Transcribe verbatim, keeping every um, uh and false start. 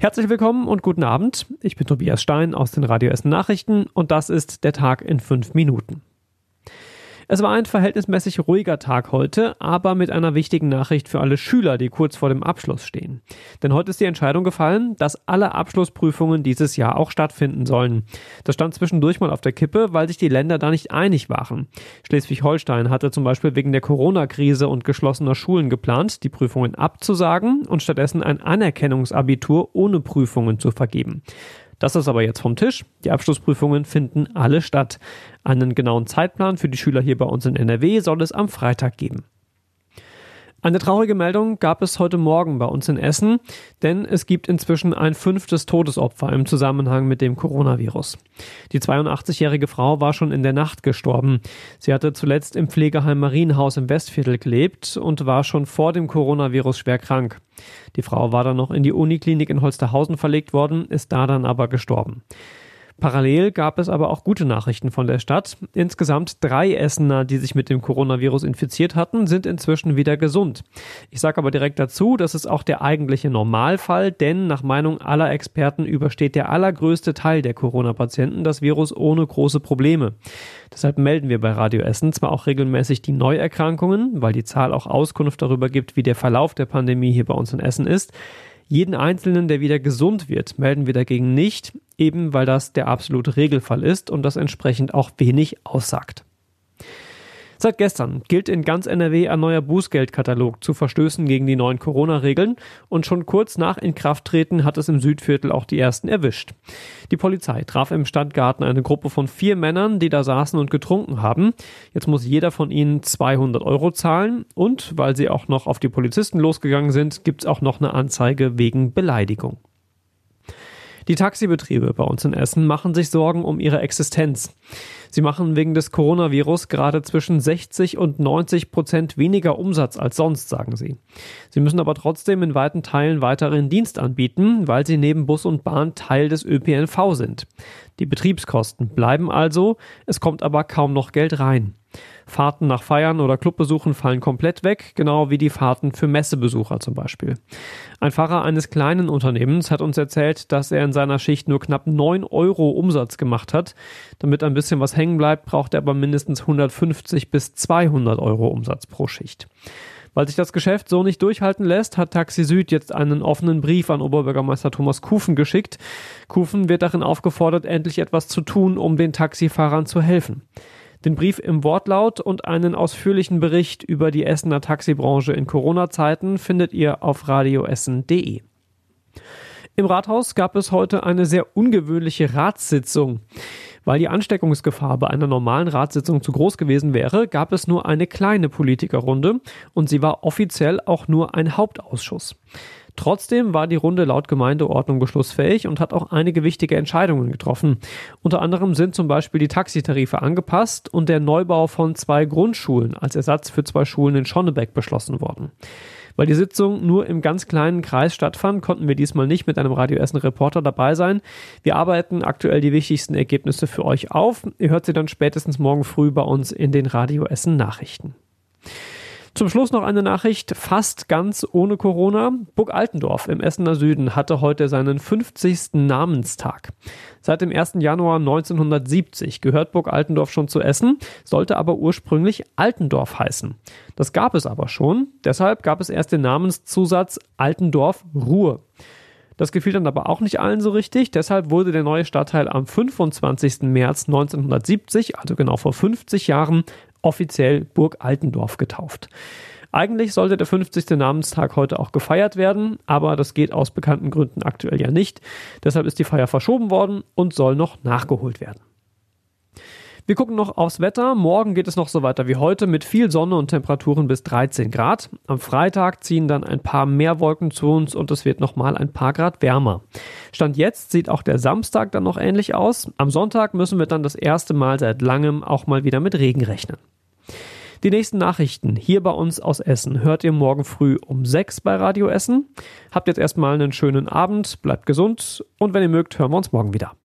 Herzlich willkommen und guten Abend. Ich bin Tobias Stein aus den Radio Essen Nachrichten und das ist der Tag in fünf Minuten. Es war ein verhältnismäßig ruhiger Tag heute, aber mit einer wichtigen Nachricht für alle Schüler, die kurz vor dem Abschluss stehen. Denn heute ist die Entscheidung gefallen, dass alle Abschlussprüfungen dieses Jahr auch stattfinden sollen. Das stand zwischendurch mal auf der Kippe, weil sich die Länder da nicht einig waren. Schleswig-Holstein hatte zum Beispiel wegen der Corona-Krise und geschlossener Schulen geplant, die Prüfungen abzusagen und stattdessen ein Anerkennungsabitur ohne Prüfungen zu vergeben. Das ist aber jetzt vom Tisch. Die Abschlussprüfungen finden alle statt. Einen genauen Zeitplan für die Schüler hier bei uns in N R W soll es am Freitag geben. Eine traurige Meldung gab es heute Morgen bei uns in Essen, denn es gibt inzwischen ein fünftes Todesopfer im Zusammenhang mit dem Coronavirus. Die zweiundachtzigjährige Frau war schon in der Nacht gestorben. Sie hatte zuletzt im Pflegeheim Marienhaus im Westviertel gelebt und war schon vor dem Coronavirus schwer krank. Die Frau war dann noch in die Uniklinik in Holsterhausen verlegt worden, ist da dann aber gestorben. Parallel gab es aber auch gute Nachrichten von der Stadt. Insgesamt drei Essener, die sich mit dem Coronavirus infiziert hatten, sind inzwischen wieder gesund. Ich sage aber direkt dazu, das ist auch der eigentliche Normalfall, denn nach Meinung aller Experten übersteht der allergrößte Teil der Corona-Patienten das Virus ohne große Probleme. Deshalb melden wir bei Radio Essen zwar auch regelmäßig die Neuerkrankungen, weil die Zahl auch Auskunft darüber gibt, wie der Verlauf der Pandemie hier bei uns in Essen ist. Jeden Einzelnen, der wieder gesund wird, melden wir dagegen nicht, eben weil das der absolute Regelfall ist und das entsprechend auch wenig aussagt. Seit gestern gilt in ganz N R W ein neuer Bußgeldkatalog zu Verstößen gegen die neuen Corona-Regeln und schon kurz nach Inkrafttreten hat es im Südviertel auch die ersten erwischt. Die Polizei traf im Stadtgarten eine Gruppe von vier Männern, die da saßen und getrunken haben. Jetzt muss jeder von ihnen zweihundert Euro zahlen und, weil sie auch noch auf die Polizisten losgegangen sind, gibt es auch noch eine Anzeige wegen Beleidigung. Die Taxibetriebe bei uns in Essen machen sich Sorgen um ihre Existenz. Sie machen wegen des Coronavirus gerade zwischen sechzig und neunzig Prozent weniger Umsatz als sonst, sagen sie. Sie müssen aber trotzdem in weiten Teilen weiteren Dienst anbieten, weil sie neben Bus und Bahn Teil des Ö P N V sind. Die Betriebskosten bleiben also, es kommt aber kaum noch Geld rein. Fahrten nach Feiern oder Clubbesuchen fallen komplett weg, genau wie die Fahrten für Messebesucher zum Beispiel. Ein Fahrer eines kleinen Unternehmens hat uns erzählt, dass er in seiner Schicht nur knapp neun Euro Umsatz gemacht hat. Damit ein bisschen was hängen bleibt, braucht er aber mindestens hundertfünfzig bis zweihundert Euro Umsatz pro Schicht. Weil sich das Geschäft so nicht durchhalten lässt, hat Taxi Süd jetzt einen offenen Brief an Oberbürgermeister Thomas Kufen geschickt. Kufen wird darin aufgefordert, endlich etwas zu tun, um den Taxifahrern zu helfen. Den Brief im Wortlaut und einen ausführlichen Bericht über die Essener Taxibranche in Corona-Zeiten findet ihr auf radioessen punkt de. Im Rathaus gab es heute eine sehr ungewöhnliche Ratssitzung. Weil die Ansteckungsgefahr bei einer normalen Ratssitzung zu groß gewesen wäre, gab es nur eine kleine Politikerrunde und sie war offiziell auch nur ein Hauptausschuss. Trotzdem war die Runde laut Gemeindeordnung beschlussfähig und hat auch einige wichtige Entscheidungen getroffen. Unter anderem sind zum Beispiel die Taxitarife angepasst und der Neubau von zwei Grundschulen als Ersatz für zwei Schulen in Schonnebeck beschlossen worden. Weil die Sitzung nur im ganz kleinen Kreis stattfand, konnten wir diesmal nicht mit einem Radio Essen Reporter dabei sein. Wir arbeiten aktuell die wichtigsten Ergebnisse für euch auf. Ihr hört sie dann spätestens morgen früh bei uns in den Radio Essen Nachrichten. Zum Schluss noch eine Nachricht, fast ganz ohne Corona. Burg Altendorf im Essener Süden hatte heute seinen fünfzigsten Namenstag. Seit dem ersten Januar neunzehnhundertsiebzig gehört Burg Altendorf schon zu Essen, sollte aber ursprünglich Altendorf heißen. Das gab es aber schon, deshalb gab es erst den Namenszusatz Altendorf-Ruhr. Das gefiel dann aber auch nicht allen so richtig, deshalb wurde der neue Stadtteil am fünfundzwanzigsten März neunzehnhundertsiebzig, also genau vor fünfzig Jahren, offiziell Burg Altendorf getauft. Eigentlich sollte der fünfzigste Namenstag heute auch gefeiert werden, aber das geht aus bekannten Gründen aktuell ja nicht. Deshalb ist die Feier verschoben worden und soll noch nachgeholt werden. Wir gucken noch aufs Wetter. Morgen geht es noch so weiter wie heute mit viel Sonne und Temperaturen bis dreizehn Grad. Am Freitag ziehen dann ein paar mehr Wolken zu uns und es wird nochmal ein paar Grad wärmer. Stand jetzt sieht auch der Samstag dann noch ähnlich aus. Am Sonntag müssen wir dann das erste Mal seit langem auch mal wieder mit Regen rechnen. Die nächsten Nachrichten hier bei uns aus Essen hört ihr morgen früh um sechs bei Radio Essen. Habt jetzt erstmal einen schönen Abend, bleibt gesund und wenn ihr mögt, hören wir uns morgen wieder.